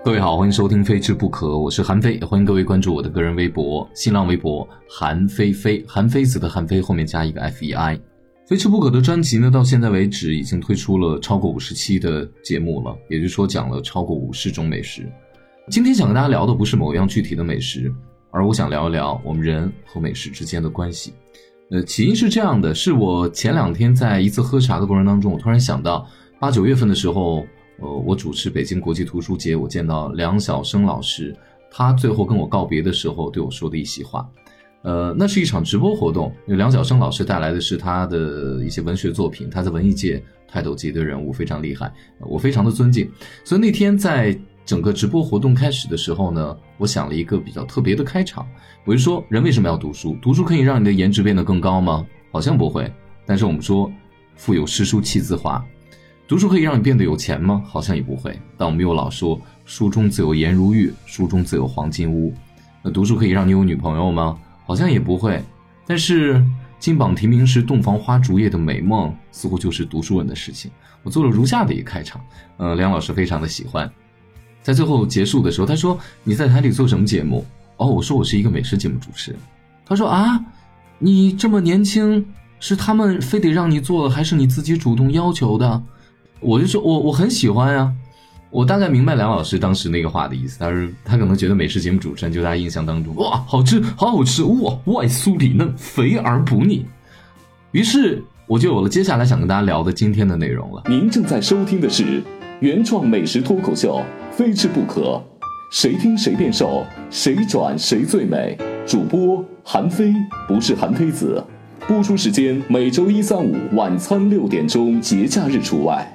各位好，欢迎收听非吃不可，我是韩非，欢迎各位关注我的个人微博、新浪微博韩非非，韩非子的韩非后面加一个 FEI。非吃不可的专辑呢，到现在为止已经推出了超过50期的节目了，也就是说讲了超过50种美食。今天想跟大家聊的不是某一样具体的美食，而我想聊一聊我们人和美食之间的关系。起因是这样的，是我前2天在一次喝茶的过程当中，我突然想到8、9月份的时候，我主持北京国际图书节，我见到梁晓声老师，他最后跟我告别的时候对我说的一席话。那是一场直播活动，梁晓声老师带来的是他的一些文学作品，他在文艺界泰斗级的人物，非常厉害，我非常的尊敬。所以那天在整个直播活动开始的时候呢，我想了一个比较特别的开场，我就说人为什么要读书？读书可以让你的颜值变得更高吗？好像不会。但是我们说腹有诗书气自华，读书可以让你变得有钱吗？好像也不会。但我们又老说书中自有颜如玉，书中自有黄金屋。那读书可以让你有女朋友吗？好像也不会。但是金榜题名时洞房花烛夜的美梦似乎就是读书人的事情。我做了如下的一个开场，梁老师非常的喜欢。在最后结束的时候，他说你在台里做什么节目？我说我是一个美食节目主持人。他说你这么年轻，是他们非得让你做的，还是你自己主动要求的？我就说我很喜欢啊。我大概明白梁老师当时那个话的意思，他可能觉得美食节目主持人就在他印象当中，哇，好吃，好好吃，哇，外酥里嫩，肥而不腻。于是我就有了接下来想跟大家聊的今天的内容了。 您正在收听的是原创美食脱口秀，非吃不可，谁听谁变瘦，谁转谁最美。主播韩非，不是韩非子。播出时间每周1、3、5晚餐6点钟，节假日除外。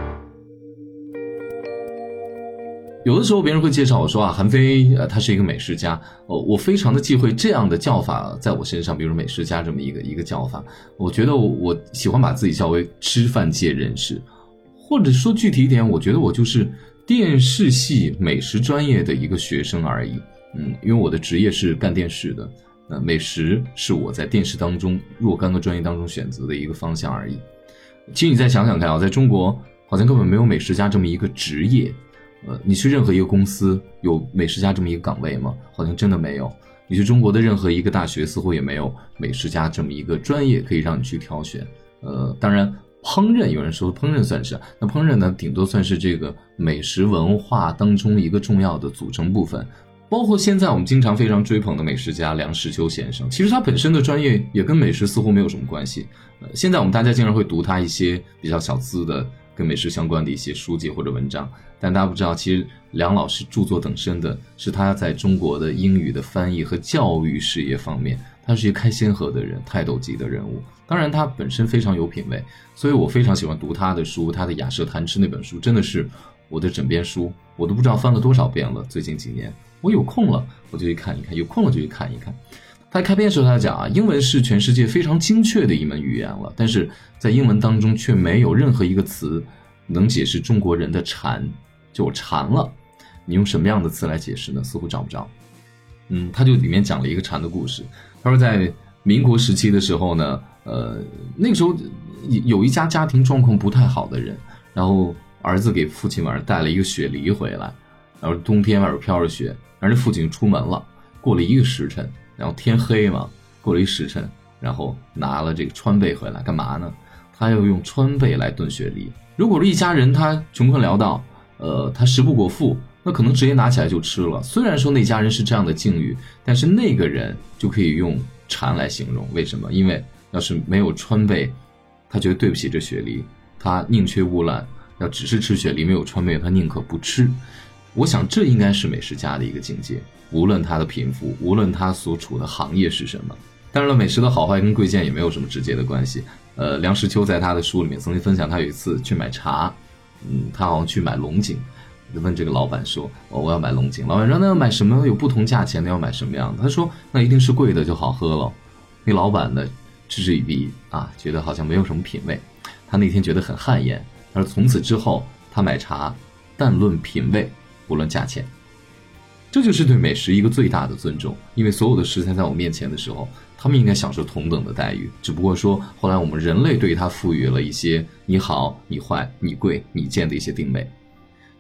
有的时候别人会介绍我说韩非他是一个美食家，我非常的忌讳这样的叫法在我身上，比如美食家这么一个叫法。我觉得我喜欢把自己叫为吃饭界人士，或者说具体一点，我觉得我就是电视系美食专业的一个学生而已。因为我的职业是干电视的，美食是我在电视当中若干个专业当中选择的一个方向而已。其实你再想想看在中国好像根本没有美食家这么一个职业。你去任何一个公司有美食家这么一个岗位吗？好像真的没有。你去中国的任何一个大学似乎也没有美食家这么一个专业可以让你去挑选。当然烹饪，有人说烹饪算是，那烹饪呢顶多算是这个美食文化当中一个重要的组成部分。包括现在我们经常非常追捧的美食家梁实秋先生，其实他本身的专业也跟美食似乎没有什么关系。现在我们大家经常会读他一些比较小资的跟美食相关的一些书籍或者文章，但大家不知道，其实梁老师著作等身的是他在中国的英语的翻译和教育事业方面，他是一个开先河的人，泰斗级的人物。当然他本身非常有品味，所以我非常喜欢读他的书，他的雅舍谈吃那本书真的是我的枕边书，我都不知道翻了多少遍了。最近几年我有空了我就去看一看，有空了就去看一看。他开篇的时候他讲英文是全世界非常精确的一门语言了，但是在英文当中却没有任何一个词能解释中国人的馋，就我馋了，你用什么样的词来解释呢？似乎找不着。他就里面讲了一个馋的故事。他说在民国时期的时候呢，那个时候有一家庭状况不太好的人，然后儿子给父亲晚上带了一个雪梨回来，然后冬天外边飘着雪，然后这父亲出门了，过了1个时辰，然后天黑嘛，过了1时辰，然后拿了这个川贝回来，干嘛呢？他要用川贝来炖雪梨。如果是一家人他穷困潦倒，他食不果腹，那可能直接拿起来就吃了。虽然说那家人是这样的境遇，但是那个人就可以用馋来形容。为什么？因为要是没有川贝，他觉得对不起这雪梨，他宁缺毋滥，要只是吃雪梨没有川贝他宁可不吃。我想这应该是美食家的一个境界，无论他的贫富，无论他所处的行业是什么。当然了，美食的好坏跟贵贱也没有什么直接的关系。梁实秋在他的书里面曾经分享，他有一次去买茶，他好像去买龙井，就问这个老板说，我要买龙井。老板说那要买什么？有不同价钱的，要买什么样的？他说那一定是贵的就好喝了。那老板呢嗤之以鼻觉得好像没有什么品味。他那天觉得很汗颜，他说从此之后他买茶但论品味不论价钱。这就是对美食一个最大的尊重，因为所有的食材在我面前的时候，他们应该享受同等的待遇，只不过说后来我们人类对它赋予了一些你好你坏你贵你贱的一些定位。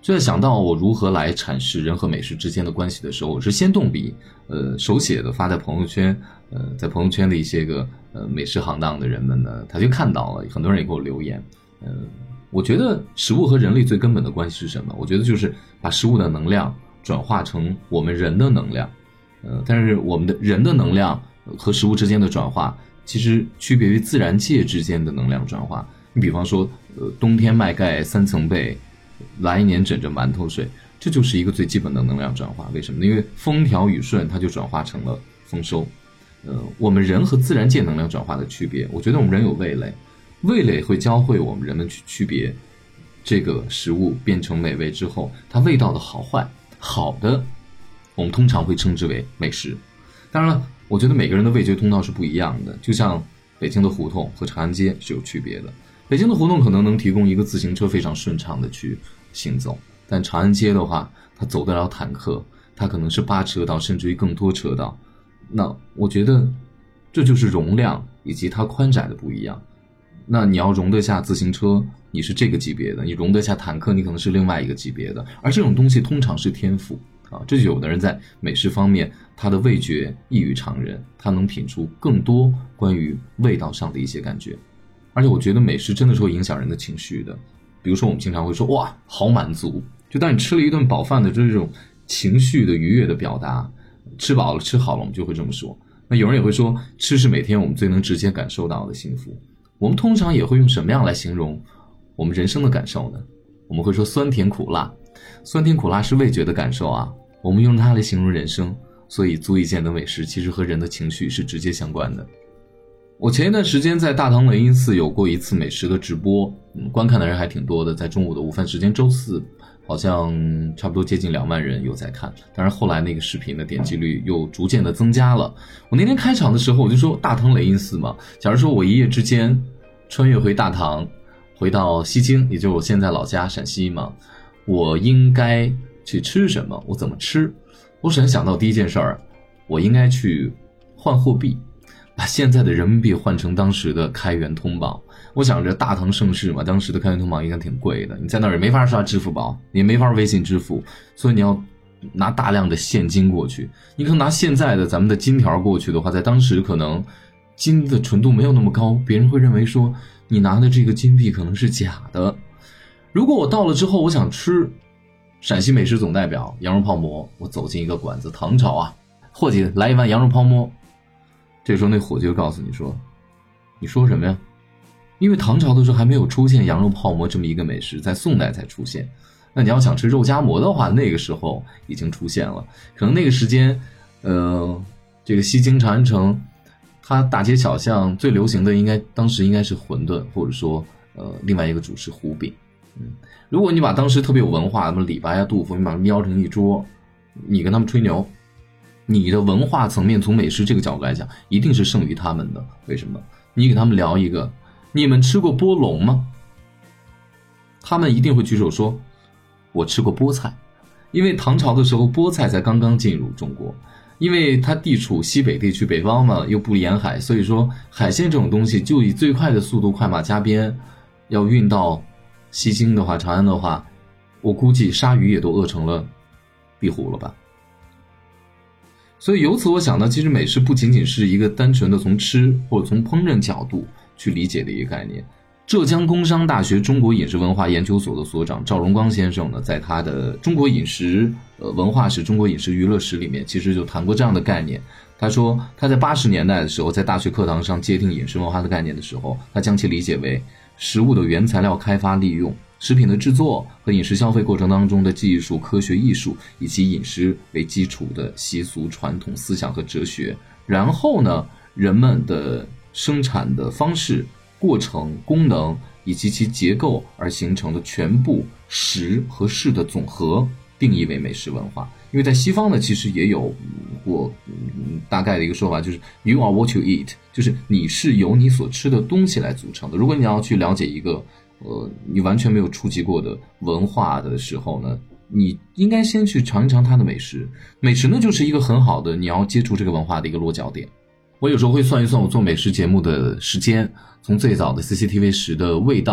就在想到我如何来阐释人和美食之间的关系的时候，我是先动笔，手写的发在朋友圈，在朋友圈的一些个美食行当的人们呢，他就看到了，很多人也给我留言。我觉得食物和人类最根本的关系是什么？我觉得就是把食物的能量转化成我们人的能量。但是我们的人的能量和食物之间的转化，其实区别于自然界之间的能量转化。你比方说，冬天麦盖3层被，来年枕着馒头睡，这就是一个最基本的能量转化。为什么？因为风调雨顺，它就转化成了丰收。我们人和自然界能量转化的区别，我觉得我们人有味蕾，味蕾会教会我们人们去区别这个食物变成美味之后，它味道的好坏。好的，我们通常会称之为美食。当然了，我觉得每个人的味觉通道是不一样的，就像北京的胡同和长安街是有区别的。北京的胡同可能能提供一个自行车非常顺畅的去行走，但长安街的话，它走得了坦克，它可能是8车道甚至于更多车道。那我觉得这就是容量以及它宽窄的不一样。那你要容得下自行车，你是这个级别的，你容得下坦克，你可能是另外一个级别的。而这种东西通常是天赋啊，这就有的人在美食方面，他的味觉异于常人，他能品出更多关于味道上的一些感觉。而且我觉得美食真的是会影响人的情绪的。比如说我们经常会说，哇，好满足，就当你吃了一顿饱饭的这种情绪的愉悦的表达，吃饱了吃好了，我们就会这么说。那有人也会说，吃是每天我们最能直接感受到的幸福。我们通常也会用什么样来形容我们人生的感受呢？我们会说酸甜苦辣，酸甜苦辣是味觉的感受啊，我们用它来形容人生，所以足以见得美食其实和人的情绪是直接相关的。我前一段时间在大唐雷音寺有过一次美食的直播，观看的人还挺多的，在中午的午饭时间，周四好像差不多接近2万人有在看，当然后来那个视频的点击率又逐渐的增加了。我那天开场的时候我就说，大唐雷音寺嘛，假如说我一夜之间穿越回大唐，回到西京，也就是我现在老家陕西嘛，我应该去吃什么？我怎么吃？我首先想到第一件事儿，我应该去换货币，把现在的人民币换成当时的开元通宝。我想着大唐盛世嘛，当时的开元通宝应该挺贵的，你在那儿也没法刷支付宝，你也没法微信支付，所以你要拿大量的现金过去。你可能拿现在的咱们的金条过去的话，在当时可能金的纯度没有那么高，别人会认为说你拿的这个金币可能是假的。如果我到了之后，我想吃陕西美食总代表羊肉泡馍，我走进一个馆子，唐朝啊，伙计来一碗羊肉泡馍。这时候那伙计就告诉你说，你说什么呀？因为唐朝的时候还没有出现羊肉泡馍这么一个美食，在宋代才出现。那你要想吃肉夹馍的话，那个时候已经出现了。可能那个时间这个西京长安城它大街小巷最流行的当时应该是馄饨，或者说另外一个主食糊饼。如果你把当时特别有文化什么李白啊杜甫，你把他们邀成一桌，你跟他们吹牛，你的文化层面从美食这个角度来讲一定是胜于他们的。为什么？你给他们聊一个，你们吃过波龙吗？他们一定会举手说我吃过菠菜。因为唐朝的时候菠菜才刚刚进入中国，因为它地处西北地区，北方嘛又不沿海，所以说海鲜这种东西就以最快的速度快马加鞭要运到西京的话，长安的话，我估计鲨鱼也都饿成了壁虎了吧。所以由此我想到，其实美食不仅仅是一个单纯的从吃或者从烹饪角度去理解的一个概念。浙江工商大学中国饮食文化研究所的所长赵荣光先生呢，在他的中国饮食文化史、中国饮食娱乐史里面，其实就谈过这样的概念。他说他在80年代的时候，在大学课堂上界定饮食文化的概念的时候，他将其理解为食物的原材料开发利用、食品的制作和饮食消费过程当中的技术、科学艺术，以及饮食为基础的习俗、传统思想和哲学。然后呢，人们的生产的方式、过程、功能以及其结构而形成的全部食和事的总和，定义为美食文化。因为在西方呢，其实也有过大概的一个说法，就是 you are what you eat， 就是你是由你所吃的东西来组成的。如果你要去了解一个你完全没有触及过的文化的时候呢，你应该先去尝一尝它的美食。美食呢，就是一个很好的你要接触这个文化的一个落脚点。我有时候会算一算我做美食节目的时间，从最早的 CCTV 10的味道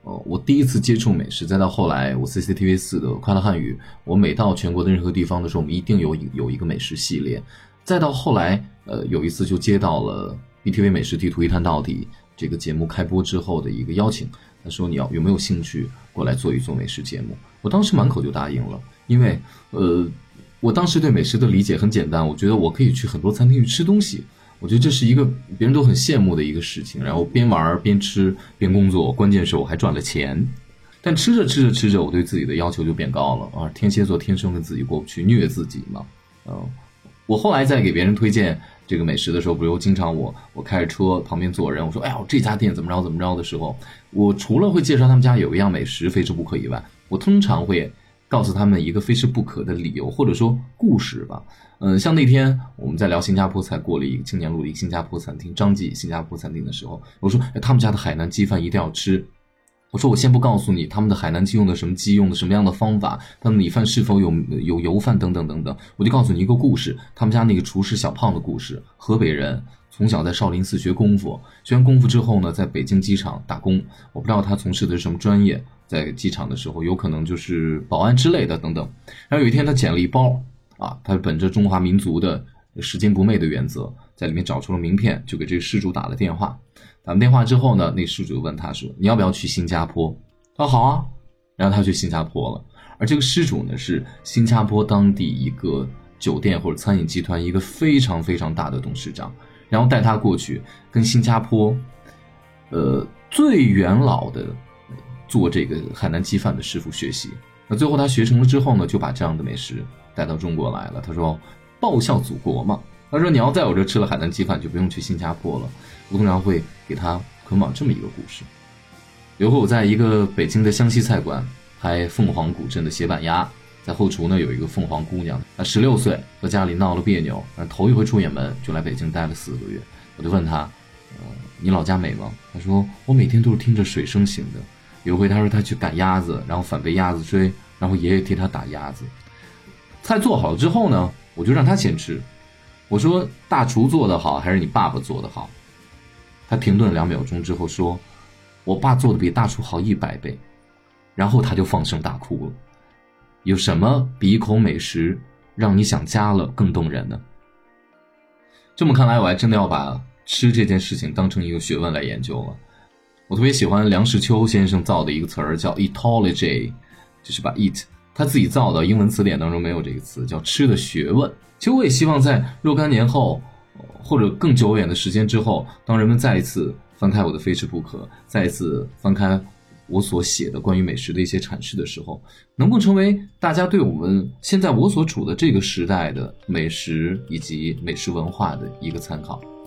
我第一次接触美食，再到后来我 CCTV4 的快乐汉语，我每到全国的任何地方的时候，我们一定有一个美食系列。再到后来有一次就接到了 BTV 美食地图一探到底这个节目开播之后的一个邀请，他说你有没有兴趣过来做一做美食节目。我当时满口就答应了，因为我当时对美食的理解很简单，我觉得我可以去很多餐厅去吃东西，我觉得这是一个别人都很羡慕的一个事情，然后边玩边吃边工作，关键是我还赚了钱。但吃着我对自己的要求就变高了啊！天蝎座天生跟自己过不去，虐自己嘛。我后来在给别人推荐这个美食的时候，比如经常我开着车旁边坐人，我说哎呀这家店怎么着的时候，我除了会介绍他们家有一样美食非吃不可以外，我通常会告诉他们一个非吃不可的理由或者说故事吧。像那天我们在聊新加坡菜，过了一个青年路的一个新加坡餐厅，张记新加坡餐厅的时候，我说他们家的海南鸡饭一定要吃。我说我先不告诉你他们的海南鸡用的什么鸡，用的什么样的方法，他们米饭是否有油饭等等等等，我就告诉你一个故事，他们家那个厨师小胖的故事。河北人从小在少林寺学功夫，学完功夫之后呢，在北京机场打工，我不知道他从事的是什么专业，在机场的时候有可能就是保安之类的等等。然后有一天他捡了一包他本着中华民族的拾金不昧的原则，在里面找出了名片，就给这个失主打了电话。打完电话之后呢，那失主问他说你要不要去新加坡。他说好啊，然后他去新加坡了。而这个失主呢，是新加坡当地一个酒店或者餐饮集团一个非常非常大的董事长，然后带他过去跟新加坡最元老的做这个海南鸡饭的师傅学习。那最后他学成了之后呢，就把这样的美食带到中国来了。他说报效祖国嘛，他说你要在我这吃了海南鸡饭就不用去新加坡了。我通常会给他捆绑这么一个故事。有回我在一个北京的湘西菜馆拍凤凰古镇的斜板鸭，在后厨呢有一个凤凰姑娘，她16岁，和家里闹了别扭，头一回出远门就来北京待了4个月。我就问她你老家美吗？她说我每天都是听着水声醒的。有回她说她去赶鸭子，然后反被鸭子追，然后爷爷替她打鸭子。菜做好了之后呢，我就让她先吃，我说大厨做得好还是你爸爸做得好？他停顿2秒钟之后说我爸做的比大厨好100倍。然后他就放声大哭了。有什么比一口美食让你想家了更动人呢？这么看来我还真的要把吃这件事情当成一个学问来研究了。我特别喜欢梁实秋先生造的一个词儿叫 etology， 就是把 eat 他自己造的，英文词典当中没有这个词，叫吃的学问。其实我也希望在若干年后或者更久远的时间之后，当人们再一次翻开我的非吃不可，再一次翻开我所写的关于美食的一些阐释的时候，能够成为大家对我们现在我所处的这个时代的美食以及美食文化的一个参考。